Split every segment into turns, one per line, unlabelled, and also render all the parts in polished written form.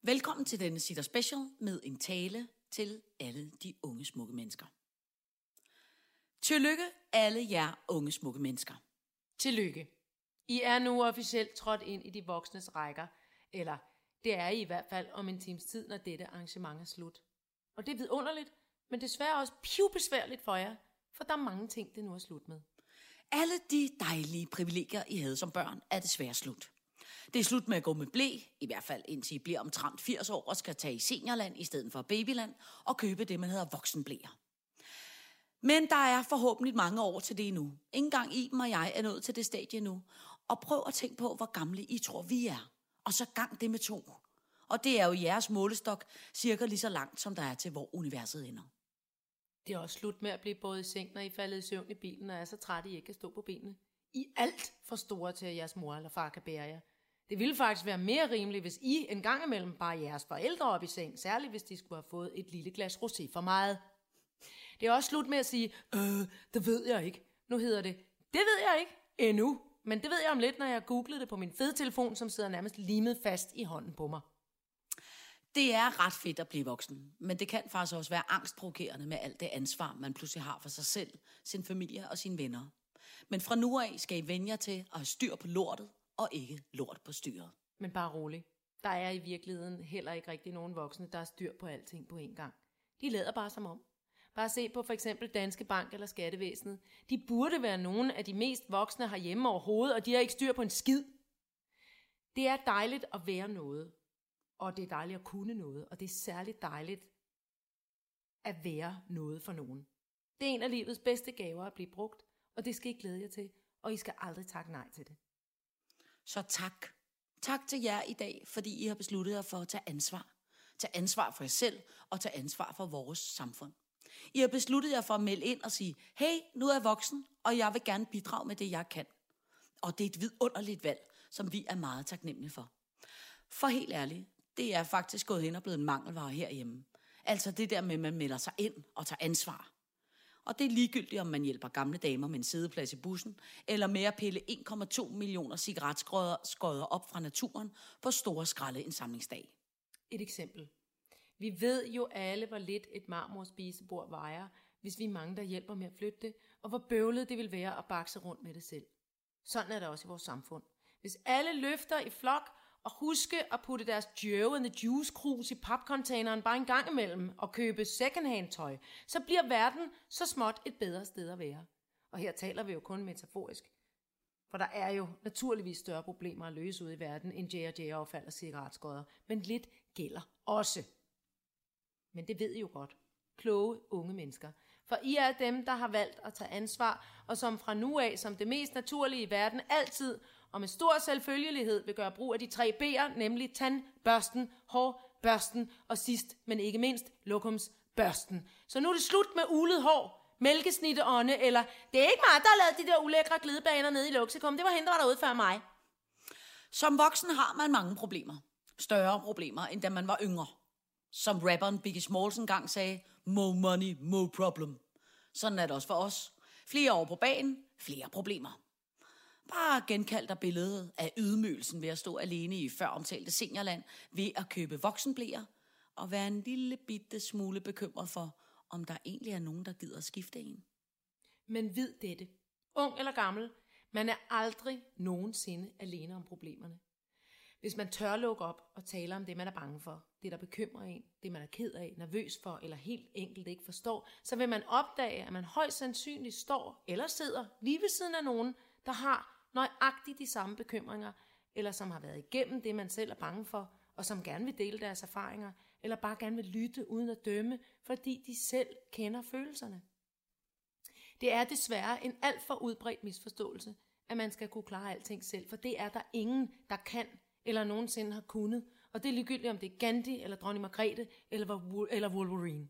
Velkommen til denne Sitter Special med en tale til alle de unge smukke mennesker. Tillykke alle jer unge smukke mennesker.
Tillykke. I er nu officielt trådt ind i de voksnes rækker, eller det er I hvert fald om en times tid, når dette arrangement er slut. Og det er vidunderligt, men desværre også pivbesværligt for jer, for der er mange ting, det nu er slut med.
Alle de dejlige privilegier, I havde som børn, er desværre slut. Det er slut med at gå med ble, i hvert fald indtil I bliver omtrent 80 år og skal tage i seniorland i stedet for babyland og købe det, man hedder voksenbleer. Men der er forhåbentlig mange år til det endnu. Ingen gang Iben og jeg er nået til det stadie nu. Og prøv at tænke på, hvor gamle I tror, vi er. Og så gang det med 2. Og det er jo jeres målestok cirka lige så langt, som der er til, hvor universet ender.
Det er også slut med at blive båret i seng, når I faldet i søvn i bilen og er så trætte, I ikke kan stå på benene. I er alt for store til, at jeres mor eller far kan bære jer. Det ville faktisk være mere rimeligt, hvis I en gang imellem bare jeres forældre op i seng, særligt hvis de skulle have fået et lille glas rosé for meget. Det er også slut med at sige, det ved jeg ikke. Nu hedder det ved jeg ikke endnu. Men det ved jeg om lidt, når jeg googlede det på min fede telefon, som sidder nærmest limet fast i hånden på mig.
Det er ret fedt at blive voksen, men det kan faktisk også være angstprovokerende med alt det ansvar, man pludselig har for sig selv, sin familie og sine venner. Men fra nu af skal I vende jer til at have styr på lortet, og ikke lort på styret.
Men bare rolig. Der er i virkeligheden heller ikke rigtig nogen voksne, der har styr på alting på en gang. De lader bare som om. Bare se på for eksempel Danske Bank eller Skattevæsenet. De burde være nogle af de mest voksne herhjemme overhovedet, og de har ikke styr på en skid. Det er dejligt at være noget, og det er dejligt at kunne noget, og det er særligt dejligt at være noget for nogen. Det er en af livets bedste gaver at blive brugt, og det skal I glæde jer til, og I skal aldrig takke nej til det.
Så tak. Tak til jer i dag, fordi I har besluttet jer for at tage ansvar. Tag ansvar for jer selv, og tage ansvar for vores samfund. I har besluttet jer for at melde ind og sige, hey, nu er jeg voksen, og jeg vil gerne bidrage med det, jeg kan. Og det er et vidunderligt valg, som vi er meget taknemmelige for. For helt ærligt, det er faktisk gået hen og blevet en mangelvare herhjemme. Altså det der med, at man melder sig ind og tager ansvar. Og det er ligegyldigt, om man hjælper gamle damer med en siddeplads i bussen, eller med at pille 1,2 millioner cigaretskodder op fra naturen på store skraldeindsamlingsdag.
Et eksempel. Vi ved jo alle, hvor lidt et marmorspisebord vejer, hvis vi er mange, der hjælper med at flytte det, og hvor bøvlet det vil være at bakse rundt med det selv. Sådan er det også i vores samfund. Hvis alle løfter i flok og huske at putte deres Joe and the Juice krus i papcontaineren bare en gang imellem og købe secondhand tøj, så bliver verden så småt et bedre sted at være. Og her taler vi jo kun metaforisk. For der er jo naturligvis større problemer at løse ude i verden end J&J-affald og cigaretskodder. Men lidt gælder også. Men det ved I jo godt. Kloge unge mennesker. For I er dem, der har valgt at tage ansvar, og som fra nu af, som det mest naturlige i verden, altid og med stor selvfølgelighed vil gøre brug af de 3 B'er, nemlig tandbørsten, hårbørsten og sidst, men ikke mindst, lokumsbørsten. Så nu er det slut med ulet hår, mælkesnitteånde, eller det er ikke mig, der har lavet de der ulækre glidebaner nede i Luxikum. Det var hende, der var derude før mig.
Som voksen har man mange problemer. Større problemer, end da man var yngre. Som rapperen Biggie Smalls engang sagde, more money, more problem. Sådan er det også for os. Flere år på banen, flere problemer. Bare genkald dig billedet af ydmygelsen ved at stå alene i før omtalte seniorland ved at købe voksenbleer og være en lille bitte smule bekymret for, om der egentlig er nogen, der gider at skifte en.
Men vid dette. Ung eller gammel, man er aldrig nogensinde alene om problemerne. Hvis man tør lukke op og tale om det, man er bange for, det der bekymrer en, det man er ked af, nervøs for eller helt enkelt ikke forstår, så vil man opdage, at man højst sandsynligt står eller sidder lige ved siden af nogen, der har nøjagtigt de samme bekymringer, eller som har været igennem det, man selv er bange for, og som gerne vil dele deres erfaringer, eller bare gerne vil lytte uden at dømme, fordi de selv kender følelserne. Det er desværre en alt for udbredt misforståelse, at man skal kunne klare alting selv, for det er der ingen, der kan eller nogensinde har kunnet, og det er ligegyldigt, om det er Gandhi, eller dronning Margrethe, eller Wolverine.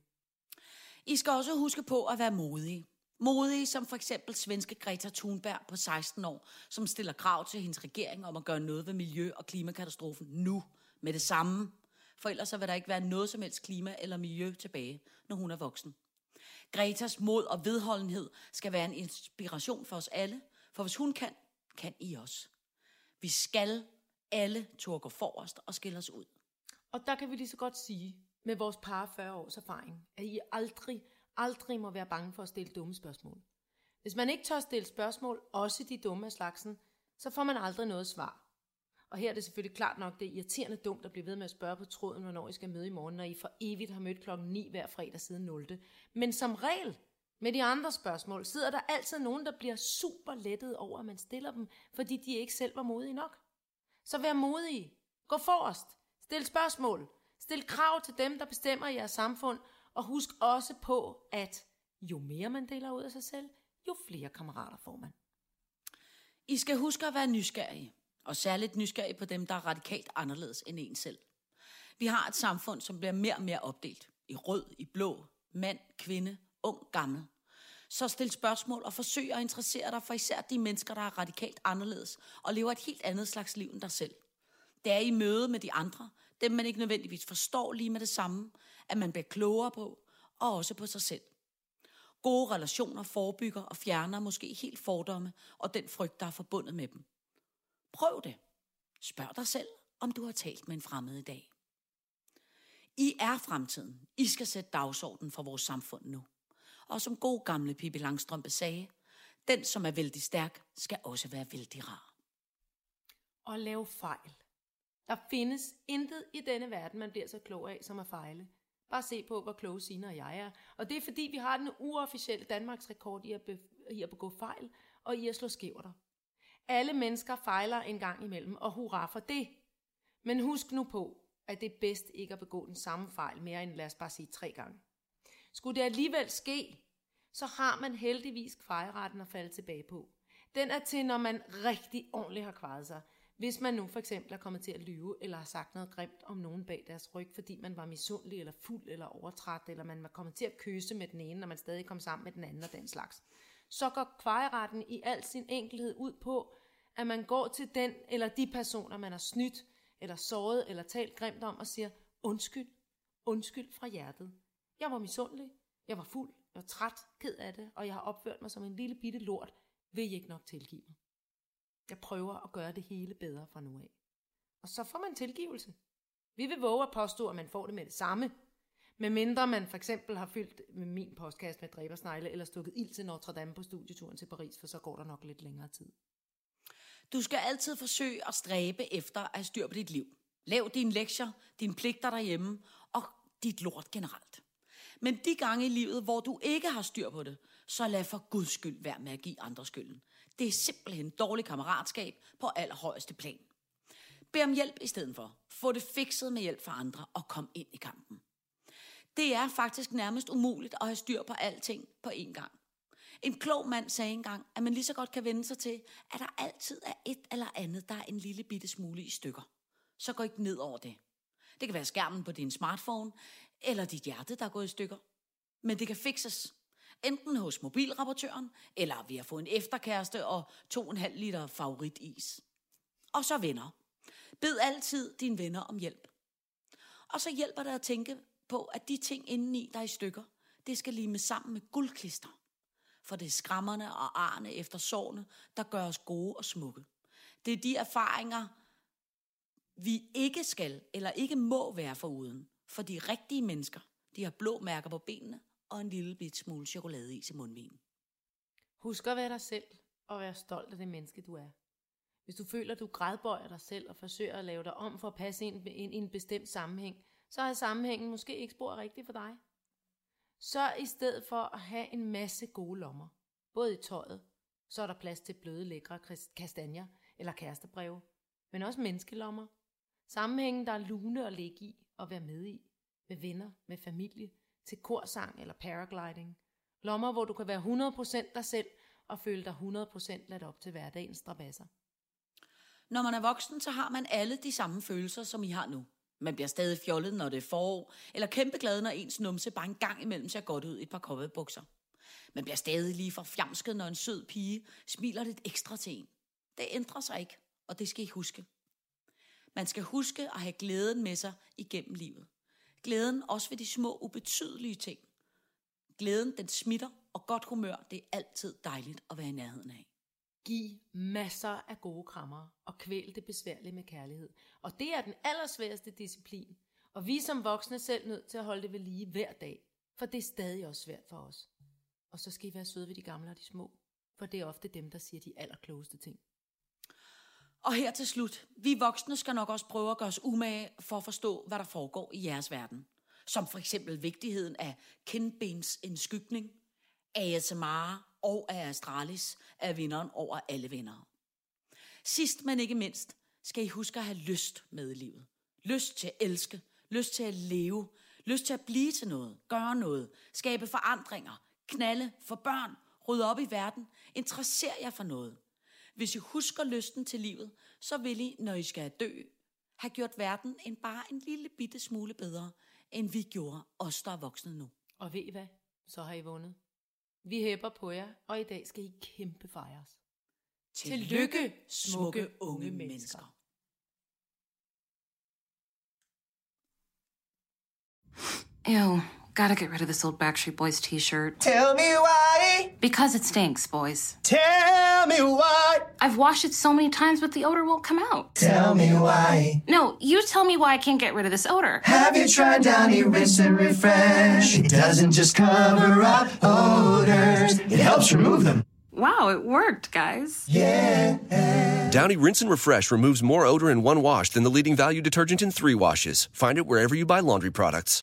I skal også huske på at være modige. Modige som for eksempel svenske Greta Thunberg på 16 år, som stiller krav til hendes regering om at gøre noget ved miljø- og klimakatastrofen nu, med det samme. For ellers så vil der ikke være noget som helst klima eller miljø tilbage, når hun er voksen. Gretas mod og vedholdenhed skal være en inspiration for os alle, for hvis hun kan, kan I også. Vi skal alle turde gå forrest og skille os ud.
Og der kan vi lige så godt sige, med vores par 40 års erfaring, at I aldrig må være bange for at stille dumme spørgsmål. Hvis man ikke tør stille spørgsmål, også de dumme af slagsen, så får man aldrig noget svar. Og her er det selvfølgelig klart nok, det er irriterende dumt at blive ved med at spørge på tråden, hvornår I skal møde i morgen, når I for evigt har mødt 9:00 hver fredag siden 0. Men som regel, med de andre spørgsmål, sidder der altid nogen, der bliver super lettet over, at man stiller dem, fordi de ikke selv var modige nok. Så vær modige. Gå forrest. Stil spørgsmål. Stil krav til dem, der bestemmer i jeres samfund, og husk også på, at jo mere man deler ud af sig selv, jo flere kammerater får man.
I skal huske at være nysgerrige, og særligt nysgerrige på dem, der er radikalt anderledes end en selv. Vi har et samfund, som bliver mere og mere opdelt. I rød, i blå, mand, kvinde, ung, gammel. Så stil spørgsmål og forsøg at interessere dig for især de mennesker, der er radikalt anderledes og lever et helt andet slags liv end dig selv. Det er i møde med de andre, dem man ikke nødvendigvis forstår lige med det samme, at man bliver klogere på, og også på sig selv. Gode relationer forebygger og fjerner måske helt fordomme og den frygt, der er forbundet med dem. Prøv det. Spørg dig selv, om du har talt med en fremmed i dag. I er fremtiden. I skal sætte dagsordenen for vores samfund nu. Og som god gamle Pippi Langstrømpe sagde, den som er vældig stærk, skal også være vældig rar.
Og lave fejl. Der findes intet i denne verden, man bliver så klog af, som at fejle. Bare se på, hvor kloge Signe og jeg er. Og det er fordi, vi har den uofficielle Danmarks rekord i at begå fejl og i at slå skæverter. Alle mennesker fejler en gang imellem, og hurra for det. Men husk nu på, at det er bedst ikke at begå den samme fejl mere end, lad os bare sige, 3 gange. Skulle det alligevel ske, så har man heldigvis kvejeretten at falde tilbage på. Den er til, når man rigtig ordentligt har kvejet sig. Hvis man nu for eksempel er kommet til at lyve, eller har sagt noget grimt om nogen bag deres ryg, fordi man var misundelig, eller fuld, eller overtræt, eller man var kommet til at kysse med den ene, når man stadig kom sammen med den anden og den slags, så går kvejeretten i al sin enkelhed ud på, at man går til den eller de personer, man har snydt, eller såret, eller talt grimt om, og siger, undskyld fra hjertet. Jeg var misundelig, jeg var fuld, jeg var træt, ked af det, og jeg har opført mig som en lille bitte lort. Vil I ikke nok tilgive mig? Jeg prøver at gøre det hele bedre fra nu af. Og så får man tilgivelse. Vi vil våge at påstå, at man får det med det samme. Medmindre man for eksempel har fyldt med min postkasse med dræbersnegle, eller stukket ild til Notre Dame på studieturen til Paris, for så går der nok lidt længere tid.
Du skal altid forsøge at stræbe efter at have styr på dit liv. Lav dine lektier, dine pligter derhjemme og dit lort generelt. Men de gange i livet, hvor du ikke har styr på det, så lad for Guds skyld være med at give andre skylden. Det er simpelthen dårlig kammeratskab på allerhøjeste plan. Bed om hjælp i stedet for. Få det fikset med hjælp fra andre og kom ind i kampen. Det er faktisk nærmest umuligt at have styr på alting på én gang. En klog mand sagde engang, at man lige så godt kan vende sig til, at der altid er et eller andet, der er en lille bitte smule i stykker. Så gå ikke ned over det. Det kan være skærmen på din smartphone, eller dit hjerte, der er gået i stykker. Men det kan fikses. Enten hos mobilrapportøren, eller ved at få en efterkæreste og 2,5 liter favoritis. Og så venner. Bed altid dine venner om hjælp. Og så hjælper det at tænke på, at de ting indeni, der er i stykker, det skal limes sammen med guldklister. For det er skræmmerne og arne efter sårene, der gør os gode og smukke. Det er de erfaringer, vi ikke skal eller ikke må være foruden. For de rigtige mennesker, de har blå mærker på benene og en lille bit smule chokoladeis i mundvigen.
Husk at være dig selv og være stolt af det menneske, du er. Hvis du føler, at du gradbøjer dig selv og forsøger at lave dig om for at passe ind i en bestemt sammenhæng, så er sammenhængen måske ikke spor rigtigt for dig. Så i stedet for at have en masse gode lommer, både i tøjet, så er der plads til bløde, lækre kastanjer eller kærestebreve, men også menneskelommer. Sammenhængen, der er lune og ligge i og være med i, med venner, med familie, til korsang eller paragliding. Lommer, hvor du kan være 100% dig selv og føle dig 100% ladt op til hverdagens strabasser.
Når man er voksen, så har man alle de samme følelser, som I har nu. Man bliver stadig fjollet, når det er forår, eller kæmpeglad, når ens numse bare en gang imellem ser godt ud i et par kopperbukser. Man bliver stadig lige for fjamsket, når en sød pige smiler lidt ekstra til en. Det ændrer sig ikke, og det skal I huske. Man skal huske at have glæden med sig igennem livet. Glæden også ved de små, ubetydelige ting. Glæden, den smitter, og godt humør, det er altid dejligt at være i nærheden af.
Giv masser af gode krammer og kvæl det besværlige med kærlighed. Og det er den allersværeste disciplin. Og vi som voksne selv nødt til at holde det ved lige hver dag, for det er stadig også svært for os. Og så skal I være søde ved de gamle og de små, for det er ofte dem, der siger de allerklogeste ting.
Og her til slut, vi voksne skal nok også prøve at gøre os umage for at forstå, hvad der foregår i jeres verden. Som for eksempel vigtigheden af kindbensindskygning, ASMR og Astralis er vinderen over alle vinder. Sidst, men ikke mindst, skal I huske at have lyst med i livet. Lyst til at elske, lyst til at leve, lyst til at blive til noget, gøre noget, skabe forandringer, knalde for børn, rydde op i verden, interessere jer for noget. Hvis I husker lysten til livet, så vil I, når I skal dø, have gjort verden bare en lille bitte smule bedre, end vi gjorde os, der er voksne nu.
Og ved I hvad? Så har I vundet. Vi hæpper på jer, og i dag skal I kæmpe fejres.
Tillykke, smukke unge mennesker.
Ew, gotta get rid of this old Backstreet Boys t-shirt.
Tell me why.
Because it stinks, boys.
Tell me why.
I've washed it so many times, but the odor won't come out.
Tell me why.
No, you tell me why I can't get rid of this odor.
Have you tried Downy Rinse and Refresh? It doesn't just cover up odors, it helps remove them.
Wow, it worked, guys.
Yeah.
Downy Rinse and Refresh removes more odor in one wash than the leading value detergent in 3 washes. Find it wherever you buy laundry products.